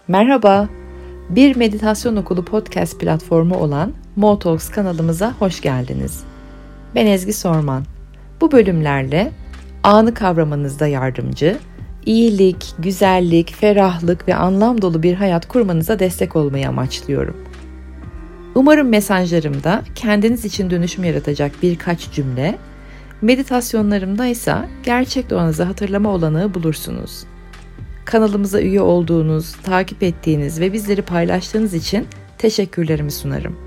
Merhaba, bir meditasyon okulu podcast platformu olan MoTalks kanalımıza hoş geldiniz. Ben Ezgi Sorman. Bu bölümlerle anı kavramanızda yardımcı, iyilik, güzellik, ferahlık ve anlam dolu bir hayat kurmanıza destek olmayı amaçlıyorum. Umarım mesajlarımda kendiniz için dönüşüm yaratacak birkaç cümle, meditasyonlarımda ise gerçek doğanızı hatırlama olanağı bulursunuz. Kanalımıza üye olduğunuz, takip ettiğiniz ve bizleri paylaştığınız için teşekkürlerimi sunarım.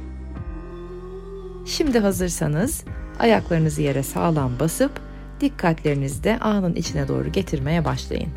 Şimdi hazırsanız ayaklarınızı yere sağlam basıp dikkatlerinizi de anın içine doğru getirmeye başlayın.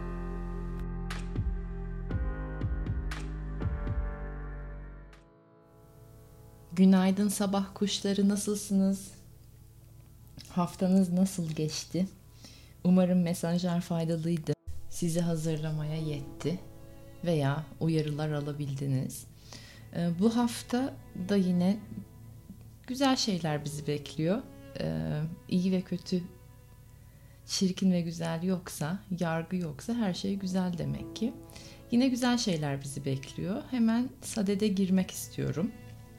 Günaydın sabah kuşları, nasılsınız? Haftanız nasıl geçti? Umarım mesajlar faydalıydı. Sizi hazırlamaya yetti veya uyarılar alabildiniz. Bu hafta da yine güzel şeyler bizi bekliyor. İyi ve kötü, çirkin ve güzel yoksa, yargı yoksa her şey güzel demek ki. Yine güzel şeyler bizi bekliyor. Hemen sadede girmek istiyorum.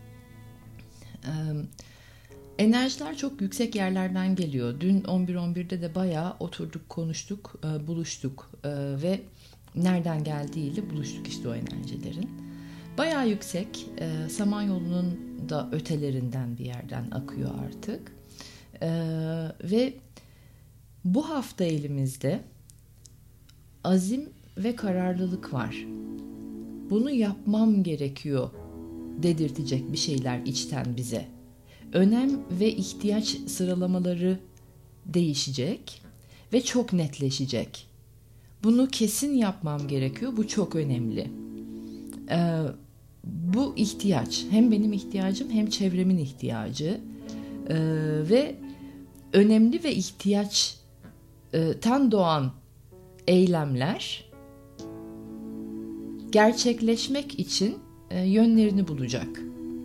Enerjiler çok yüksek yerlerden geliyor. Dün 11.11'de de bayağı oturduk, konuştuk, buluştuk ve nereden geldiğiyle buluştuk işte o enerjilerin. Bayağı yüksek, Samanyolu'nun da ötelerinden bir yerden akıyor artık. Ve bu hafta elimizde azim ve kararlılık var. Bunu yapmam gerekiyor dedirtecek bir şeyler içten bize. Önem ve ihtiyaç sıralamaları değişecek ve çok netleşecek. Bunu kesin yapmam gerekiyor. Bu çok önemli. Bu ihtiyaç hem benim ihtiyacım hem çevremin ihtiyacı ve önemli ve ihtiyaçtan doğan eylemler gerçekleşmek için yönlerini bulacak.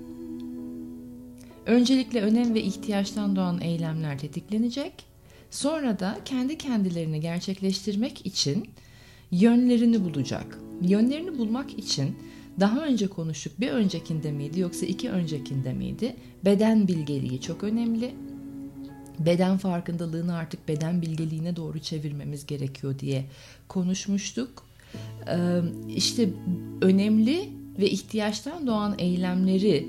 Öncelikle önem ve ihtiyaçtan doğan eylemler tetiklenecek. Sonra da kendi kendilerini gerçekleştirmek için yönlerini bulacak. Yönlerini bulmak için daha önce konuştuk. Bir öncekinde miydi yoksa iki öncekinde miydi? Beden bilgeliği çok önemli. Beden farkındalığını artık beden bilgeliğine doğru çevirmemiz gerekiyor diye konuşmuştuk. İşte önemli ve ihtiyaçtan doğan eylemleri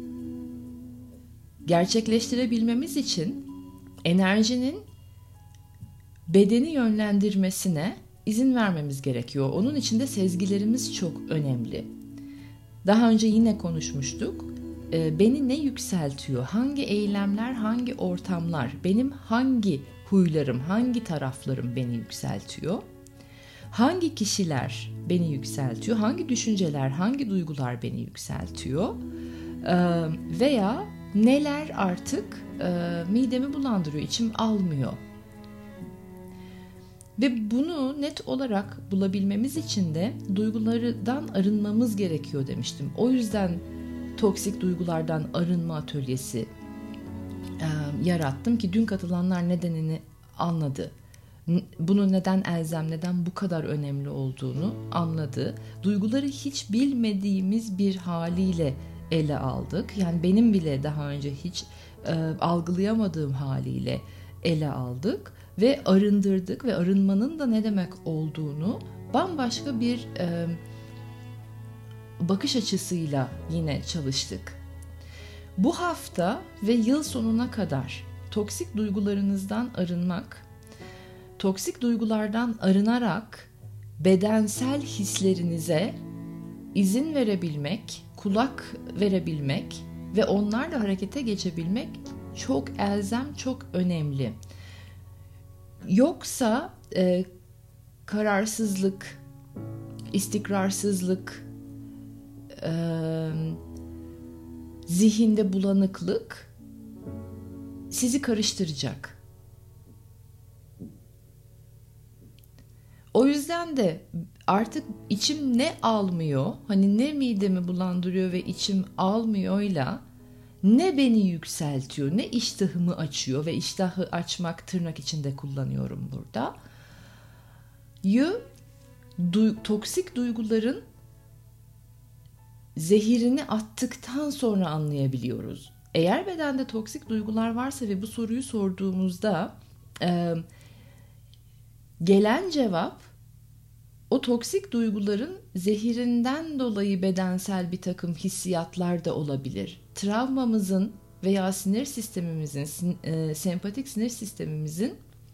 gerçekleştirebilmemiz için enerjinin bedeni yönlendirmesine izin vermemiz gerekiyor. Onun için de sezgilerimiz çok önemli. Daha önce yine konuşmuştuk. Beni ne yükseltiyor? Hangi eylemler, hangi ortamlar, benim hangi huylarım, hangi taraflarım beni yükseltiyor? Hangi kişiler beni yükseltiyor? Hangi düşünceler, hangi duygular beni yükseltiyor? Veya neler artık midemi bulandırıyor, içim almıyor. Ve bunu net olarak bulabilmemiz için de duygulardan arınmamız gerekiyor demiştim. O yüzden toksik duygulardan arınma atölyesi yarattım ki dün katılanlar nedenini anladı. Bunu neden elzem, neden bu kadar önemli olduğunu anladı. Duyguları hiç bilmediğimiz bir haliyle ele aldık. Yani benim bile daha önce hiç algılayamadığım haliyle ele aldık ve arındırdık ve arınmanın da ne demek olduğunu bambaşka bir bakış açısıyla yine çalıştık. Bu hafta ve yıl sonuna kadar toksik duygularınızdan arınmak, toksik duygulardan arınarak bedensel hislerinize izin verebilmek, kulak verebilmek ve onlarla harekete geçebilmek çok elzem, çok önemli. Yoksa kararsızlık, istikrarsızlık, zihinde bulanıklık sizi karıştıracak. O yüzden de artık içim ne almıyor, hani ne midemi bulandırıyor ve içim almıyoryla ne beni yükseltiyor, ne iştahımı açıyor ve iştahı açmak tırnak içinde kullanıyorum burada. toksik duyguların zehirini attıktan sonra anlayabiliyoruz. Eğer bedende toksik duygular varsa ve bu soruyu sorduğumuzda gelen cevap o toksik duyguların zehirinden dolayı bedensel bir takım hissiyatlar da olabilir. Travmamızın veya sinir sistemimizin, sempatik sinir sistemimizin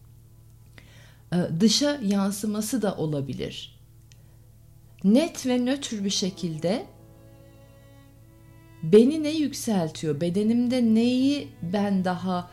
dışa yansıması da olabilir. Net ve nötr bir şekilde beni ne yükseltiyor, bedenimde neyi ben daha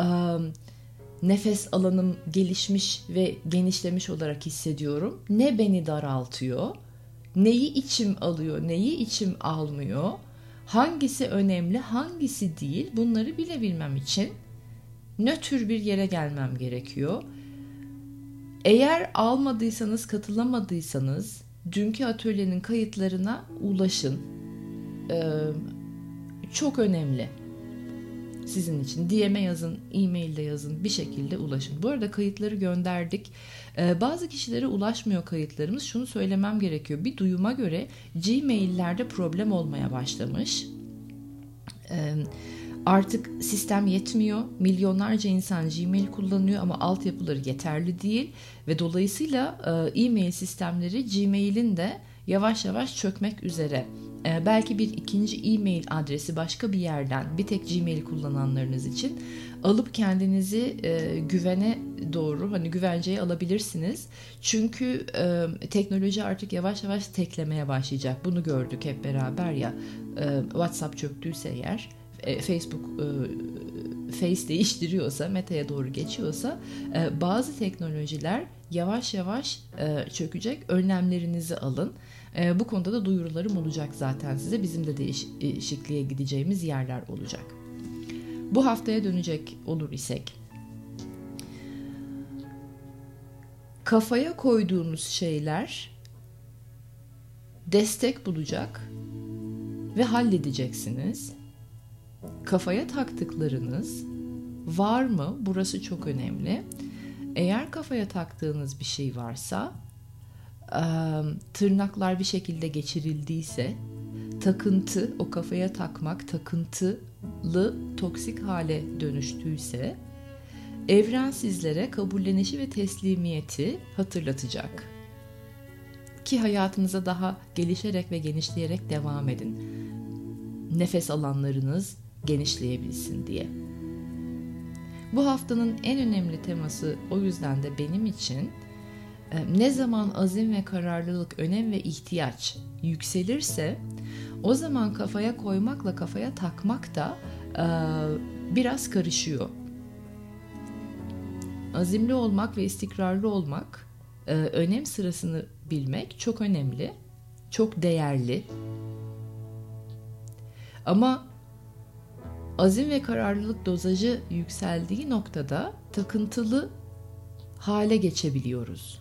nefes alanım gelişmiş ve genişlemiş olarak hissediyorum, ne beni daraltıyor, neyi içim alıyor, neyi içim almıyor, hangisi önemli, hangisi değil, bunları bilebilmem için nötr bir yere gelmem gerekiyor. Eğer almadıysanız, katılamadıysanız dünkü atölyenin kayıtlarına ulaşın. Çok önemli sizin için. DM'e yazın, e-mail'de yazın, bir şekilde ulaşın. Bu arada kayıtları gönderdik. Bazı kişilere ulaşmıyor kayıtlarımız. Şunu söylemem gerekiyor. Bir duyuma göre Gmail'lerde problem olmaya başlamış. Artık sistem yetmiyor. Milyonlarca insan Gmail kullanıyor ama altyapıları yeterli değil ve dolayısıyla e-mail sistemleri Gmail'in de yavaş yavaş çökmek üzere. Belki bir ikinci e-mail adresi başka bir yerden, bir tek Gmail kullananlarınız için alıp kendinizi güvene doğru, hani güvenceye alabilirsiniz. Çünkü teknoloji artık yavaş yavaş teklemeye başlayacak. Bunu gördük hep beraber ya. WhatsApp çöktüyse eğer, Facebook Face değiştiriyorsa, Meta'ya doğru geçiyorsa bazı teknolojiler yavaş yavaş çökecek. Önlemlerinizi alın. Bu konuda da duyurularım olacak zaten size. Bizim de değişikliğe gideceğimiz yerler olacak. Bu haftaya dönecek olur isek, kafaya koyduğunuz şeyler destek bulacak ve halledeceksiniz. Kafaya taktıklarınız var mı? Burası çok önemli. Eğer kafaya taktığınız bir şey varsa, tırnaklar bir şekilde geçirildiyse, takıntı, o kafaya takmak takıntılı, toksik hale dönüştüyse, evren sizlere kabullenişi ve teslimiyeti hatırlatacak. Ki hayatınıza daha gelişerek ve genişleyerek devam edin. Nefes alanlarınız genişleyebilsin diye. Bu haftanın en önemli teması o yüzden de benim için ne zaman azim ve kararlılık, önem ve ihtiyaç yükselirse o zaman kafaya koymakla kafaya takmak da biraz karışıyor. Azimli olmak ve istikrarlı olmak, önem sırasını bilmek çok önemli, çok değerli. Ama azim ve kararlılık dozajı yükseldiği noktada takıntılı hale geçebiliyoruz.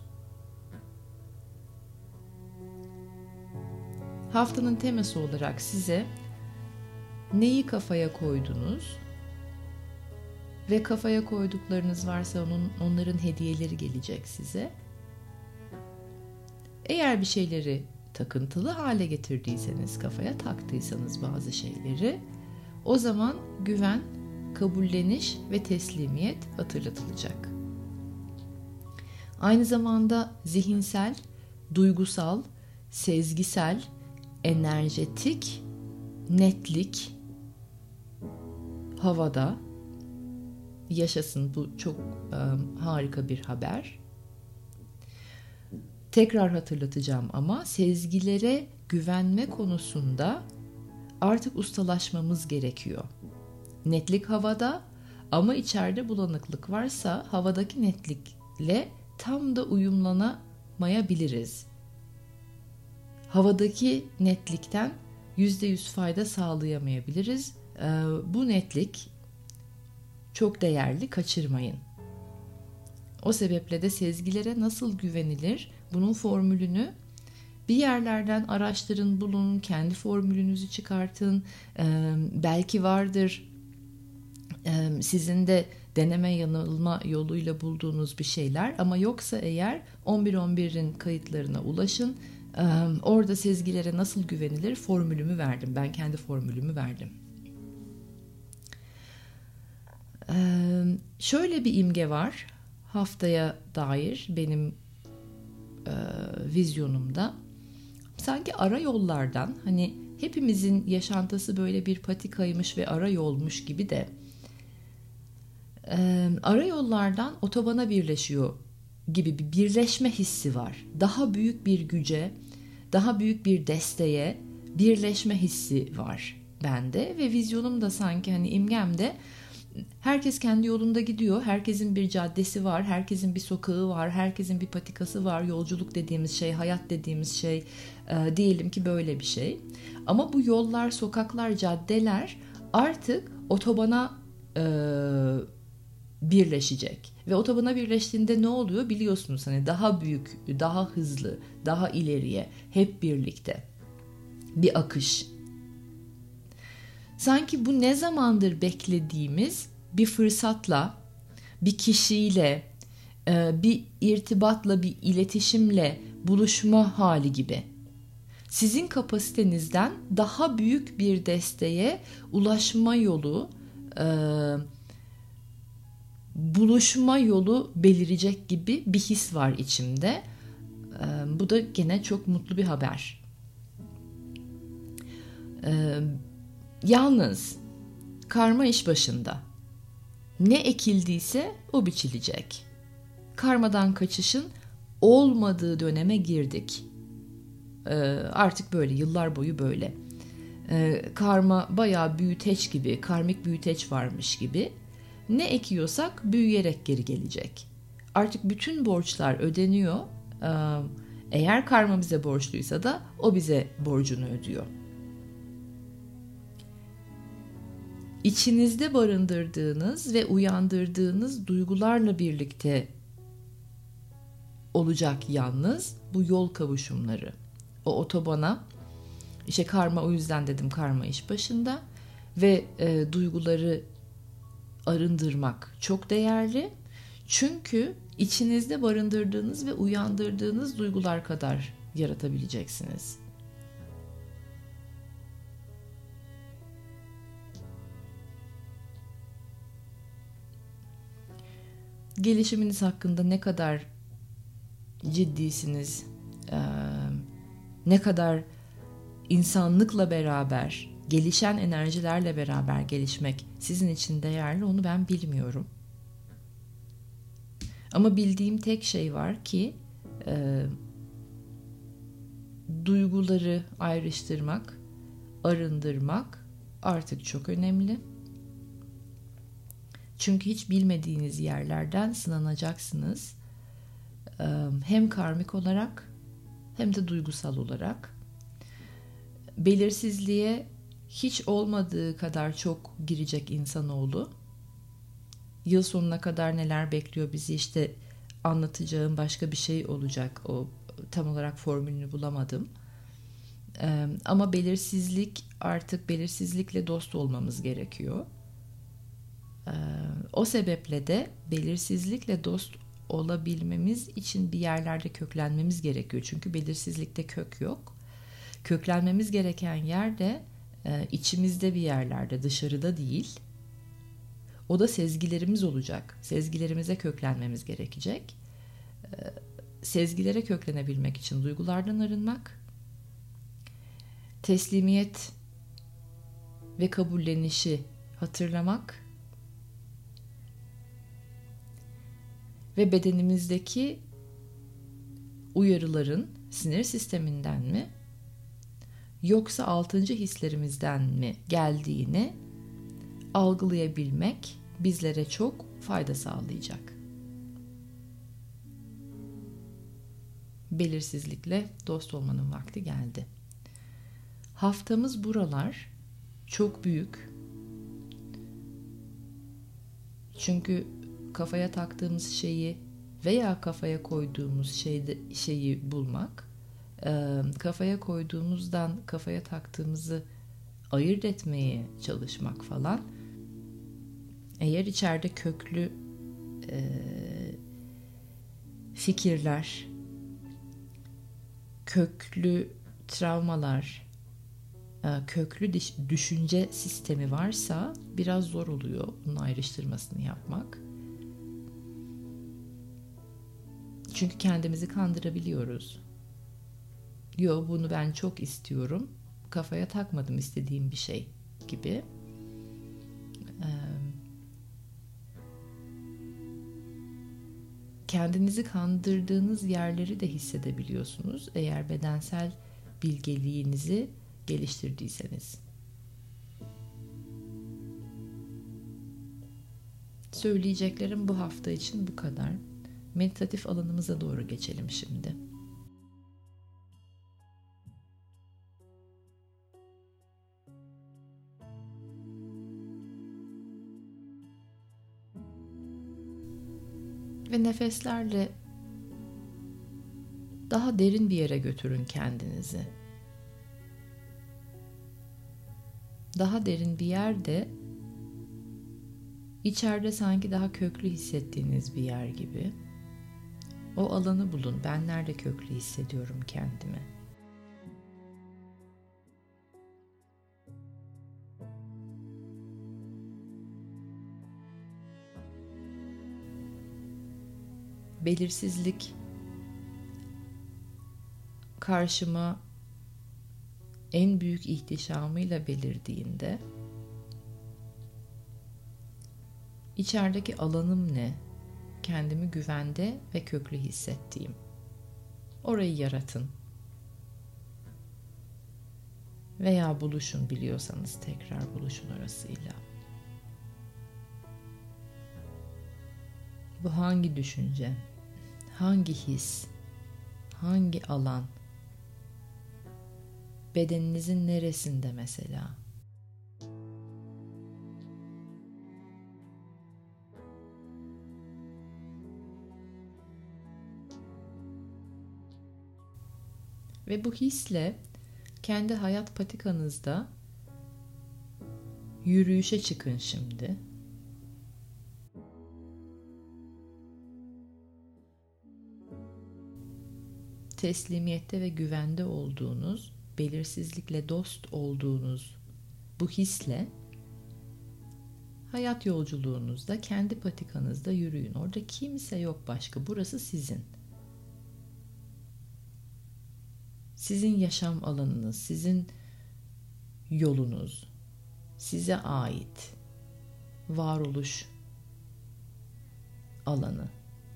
Haftanın teması olarak size neyi kafaya koydunuz ve kafaya koyduklarınız varsa onların hediyeleri gelecek size. Eğer bir şeyleri takıntılı hale getirdiyseniz, kafaya taktıysanız bazı şeyleri, o zaman güven, kabulleniş ve teslimiyet hatırlatılacak. Aynı zamanda zihinsel, duygusal, sezgisel, enerjetik netlik havada yaşasın. Bu çok harika bir haber. Tekrar hatırlatacağım ama sezgilere güvenme konusunda artık ustalaşmamız gerekiyor. Netlik havada ama içeride bulanıklık varsa havadaki netlikle tam da uyumlanamayabiliriz. Havadaki netlikten %100 fayda sağlayamayabiliriz. Bu netlik çok değerli, kaçırmayın. O sebeple de sezgilere nasıl güvenilir? Bunun formülünü bir yerlerden araştırın, bulun, kendi formülünüzü çıkartın. Belki vardır sizin de deneme yanılma yoluyla bulduğunuz bir şeyler. Ama yoksa eğer 11-11'in kayıtlarına ulaşın. Orada sezgilere nasıl güvenilir formülümü verdim. Ben kendi formülümü verdim. Şöyle bir imge var haftaya dair benim vizyonumda. Sanki ara yollardan, hani hepimizin yaşantısı böyle bir patikaymış ve ara yolmuş gibi de ara yollardan otobana birleşiyor gibi bir birleşme hissi var. Daha büyük bir güce, daha büyük bir desteğe birleşme hissi var bende ve vizyonum da sanki hani imgemde herkes kendi yolunda gidiyor. Herkesin bir caddesi var, herkesin bir sokağı var, herkesin bir patikası var. Yolculuk dediğimiz şey, hayat dediğimiz şey diyelim ki böyle bir şey. Ama bu yollar, sokaklar, caddeler artık otobana birleşecek. Ve otobana birleştiğinde ne oluyor biliyorsunuz, hani daha büyük, daha hızlı, daha ileriye, hep birlikte bir akış. Sanki bu ne zamandır beklediğimiz bir fırsatla, bir kişiyle, bir irtibatla, bir iletişimle buluşma hali gibi. Sizin kapasitenizden daha büyük bir desteğe ulaşma yolu, buluşma yolu belirecek gibi bir his var içimde. Bu da gene çok mutlu bir haber. Yalnız karma iş başında. Ne ekildiyse o biçilecek. Karmadan kaçışın olmadığı döneme girdik. Artık böyle, yıllar boyu böyle. Karma bayağı büyüteç gibi, karmik büyüteç varmış gibi. Ne ekiyorsak büyüyerek geri gelecek. Artık bütün borçlar ödeniyor. Eğer karma bize borçluysa da o bize borcunu ödüyor. İçinizde barındırdığınız ve uyandırdığınız duygularla birlikte olacak yalnız bu yol kavuşumları. O otobana, işte karma, o yüzden dedim karma iş başında ve duyguları arındırmak çok değerli. Çünkü içinizde barındırdığınız ve uyandırdığınız duygular kadar yaratabileceksiniz. Gelişiminiz hakkında ne kadar ciddisiniz, ne kadar insanlıkla beraber, gelişen enerjilerle beraber gelişmek sizin için değerli, onu ben bilmiyorum. Ama bildiğim tek şey var ki duyguları ayrıştırmak, arındırmak artık çok önemli. Çünkü hiç bilmediğiniz yerlerden sınanacaksınız. Hem karmik olarak hem de duygusal olarak. Belirsizliğe hiç olmadığı kadar çok girecek insanoğlu. Yıl sonuna kadar neler bekliyor bizi, işte anlatacağım başka bir şey olacak. O tam olarak formülünü bulamadım. Ama artık belirsizlikle dost olmamız gerekiyor. O sebeple de belirsizlikle dost olabilmemiz için bir yerlerde köklenmemiz gerekiyor. Çünkü belirsizlikte kök yok. Köklenmemiz gereken yerde içimizde bir yerlerde, dışarıda değil. O da sezgilerimiz olacak. Sezgilerimize köklenmemiz gerekecek. Sezgilere köklenebilmek için duygulardan arınmak, teslimiyet ve kabullenişi hatırlamak ve bedenimizdeki uyarıların sinir sisteminden mi yoksa 6. hislerimizden mi geldiğini algılayabilmek bizlere çok fayda sağlayacak. Belirsizlikle dost olmanın vakti geldi. Haftamız buralar çok büyük. Çünkü kafaya taktığımız şeyi veya kafaya koyduğumuz şeyi bulmak, kafaya koyduğumuzdan kafaya taktığımızı ayırt etmeye çalışmak falan Eğer içeride köklü fikirler, köklü travmalar, köklü düşünce sistemi varsa biraz zor oluyor bunun ayrıştırmasını yapmak. Çünkü kendimizi kandırabiliyoruz. Yo, bunu ben çok istiyorum, kafaya takmadım istediğim bir şey gibi. Kendinizi kandırdığınız yerleri de hissedebiliyorsunuz eğer bedensel bilgeliğinizi geliştirdiyseniz. Söyleyeceklerim bu hafta için bu kadar. Meditatif alanımıza doğru geçelim şimdi. Ve nefeslerle daha derin bir yere götürün kendinizi. Daha derin bir yerde, içeride sanki daha köklü hissettiğiniz bir yer gibi. O alanı bulun. Ben nerede köklü hissediyorum kendimi? Belirsizlik karşıma en büyük ihtişamıyla belirdiğinde içerideki alanım ne? Kendimi güvende ve köklü hissettiğim. Orayı yaratın. Veya buluşun, biliyorsanız tekrar buluşun orasıyla. Bu hangi düşünce? Hangi his? Hangi alan? Bedeninizin neresinde mesela? Ve bu hisle kendi hayat patikanızda yürüyüşe çıkın şimdi. Teslimiyette ve güvende olduğunuz, belirsizlikle dost olduğunuz bu hisle hayat yolculuğunuzda kendi patikanızda yürüyün. Orada kimse yok başka. Burası sizin. Sizin yaşam alanınız, sizin yolunuz, size ait varoluş alanı.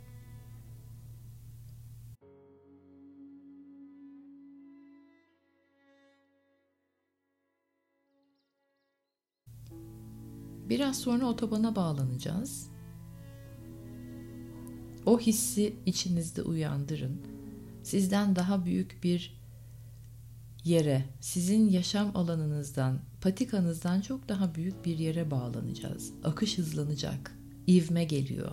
Biraz sonra otobana bağlanacağız. O hissi içinizde uyandırın. Sizden daha büyük bir yere, sizin yaşam alanınızdan, patikanızdan çok daha büyük bir yere bağlanacağız. Akış hızlanacak. İvme geliyor.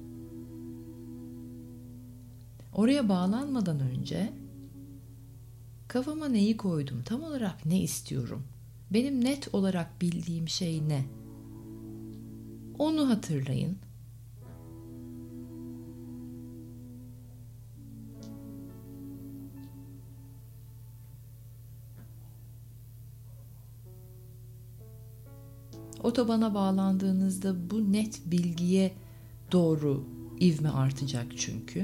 Oraya bağlanmadan önce kafama neyi koydum? Tam olarak ne istiyorum? Benim net olarak bildiğim şey ne? Onu hatırlayın. Otobana bağlandığınızda bu net bilgiye doğru ivme artacak çünkü.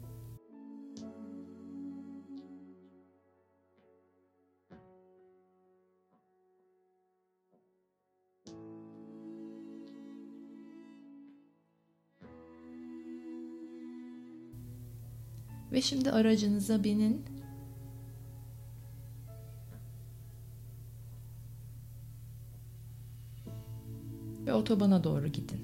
Ve şimdi aracınıza binin. Ve otobana doğru gidin.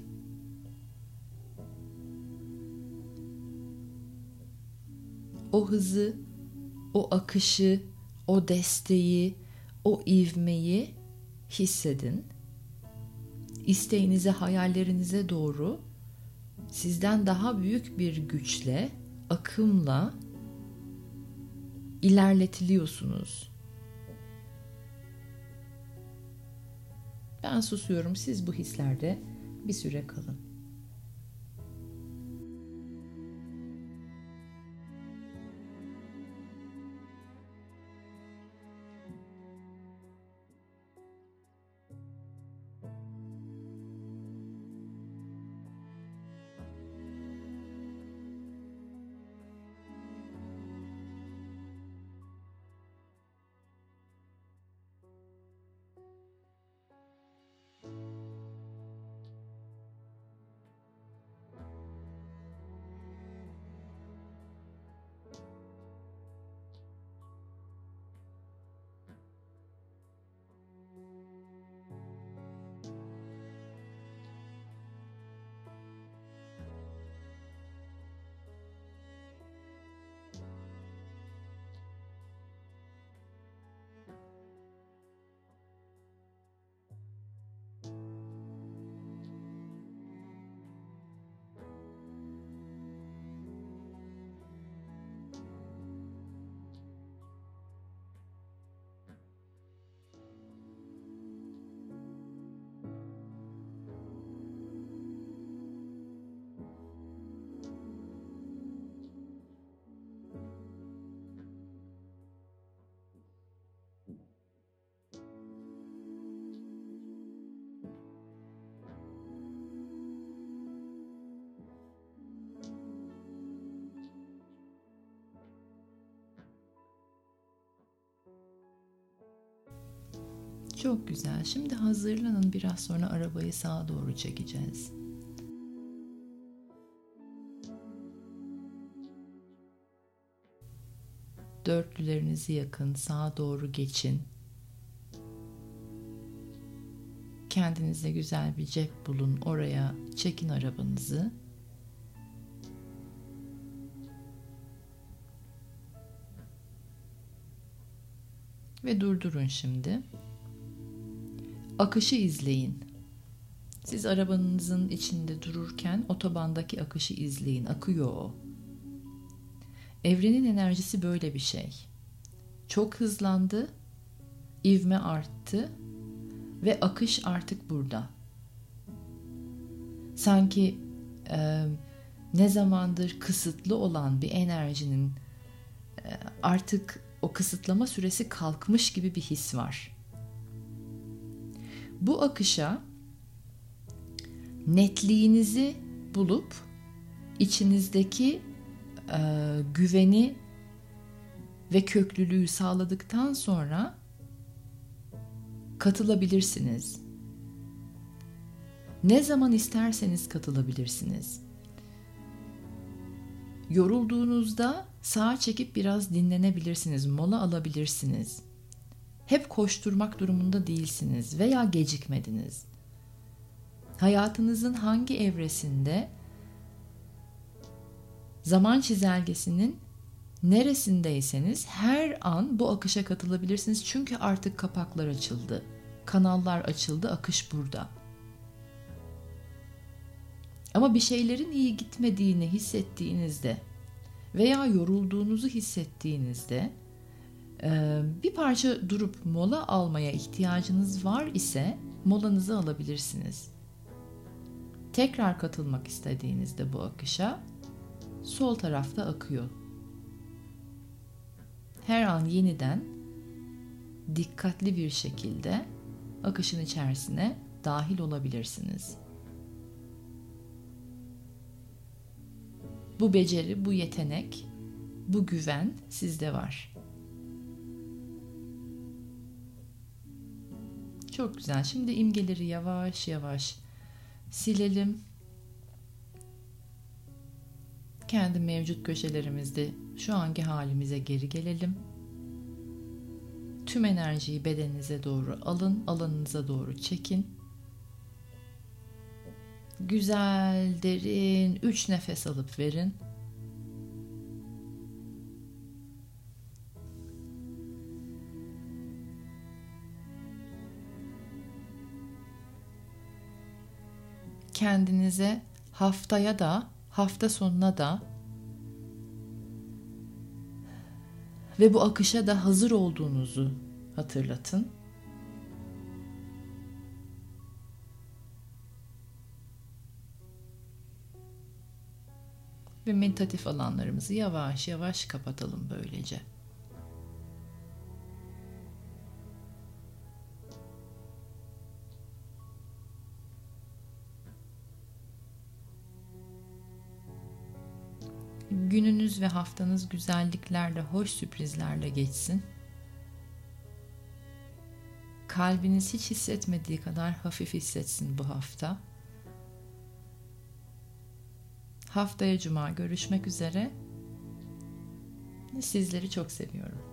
O hızı, o akışı, o desteği, o ivmeyi hissedin. İsteğinize, hayallerinize doğru sizden daha büyük bir güçle, akımla ilerletiliyorsunuz. Ben susuyorum, siz bu hislerde bir süre kalın. Çok güzel. Şimdi hazırlanın. Biraz sonra arabayı sağa doğru çekeceğiz. Dörtlülerinizi yakın, sağa doğru geçin. Kendinize güzel bir cep bulun. Oraya çekin arabanızı. Ve durdurun şimdi. Akışı izleyin. Siz arabanızın içinde dururken otobandaki akışı izleyin. Akıyor o. Evrenin enerjisi böyle bir şey. Çok hızlandı, ivme arttı ve akış artık burada. Sanki ne zamandır kısıtlı olan bir enerjinin artık o kısıtlama süresi kalkmış gibi bir his var. Bu akışa netliğinizi bulup içinizdeki güveni ve köklülüğü sağladıktan sonra katılabilirsiniz. Ne zaman isterseniz katılabilirsiniz. Yorulduğunuzda sağa çekip biraz dinlenebilirsiniz, mola alabilirsiniz. Hep koşturmak durumunda değilsiniz veya gecikmediniz. Hayatınızın hangi evresinde, zaman çizelgesinin neresindeyseniz her an bu akışa katılabilirsiniz. Çünkü artık kapaklar açıldı, kanallar açıldı, akış burada. Ama bir şeylerin iyi gitmediğini hissettiğinizde veya yorulduğunuzu hissettiğinizde bir parça durup mola almaya ihtiyacınız var ise molanızı alabilirsiniz. Tekrar katılmak istediğinizde bu akışa sol tarafta akıyor. Her an yeniden dikkatli bir şekilde akışın içerisine dahil olabilirsiniz. Bu beceri, bu yetenek, bu güven sizde var. Çok güzel. Şimdi imgeleri yavaş yavaş silelim. Kendi mevcut köşelerimizde şu anki halimize geri gelelim. Tüm enerjiyi bedeninize doğru alın, alanınıza doğru çekin. Güzel, derin 3 nefes alıp verin. Kendinize haftaya da, hafta sonuna da ve bu akışa da hazır olduğunuzu hatırlatın. ve meditatif alanlarımızı yavaş yavaş kapatalım böylece. Gününüz ve haftanız güzelliklerle, hoş sürprizlerle geçsin. Kalbiniz hiç hissetmediği kadar hafif hissetsin bu hafta. Haftaya Cuma görüşmek üzere. Sizleri çok seviyorum.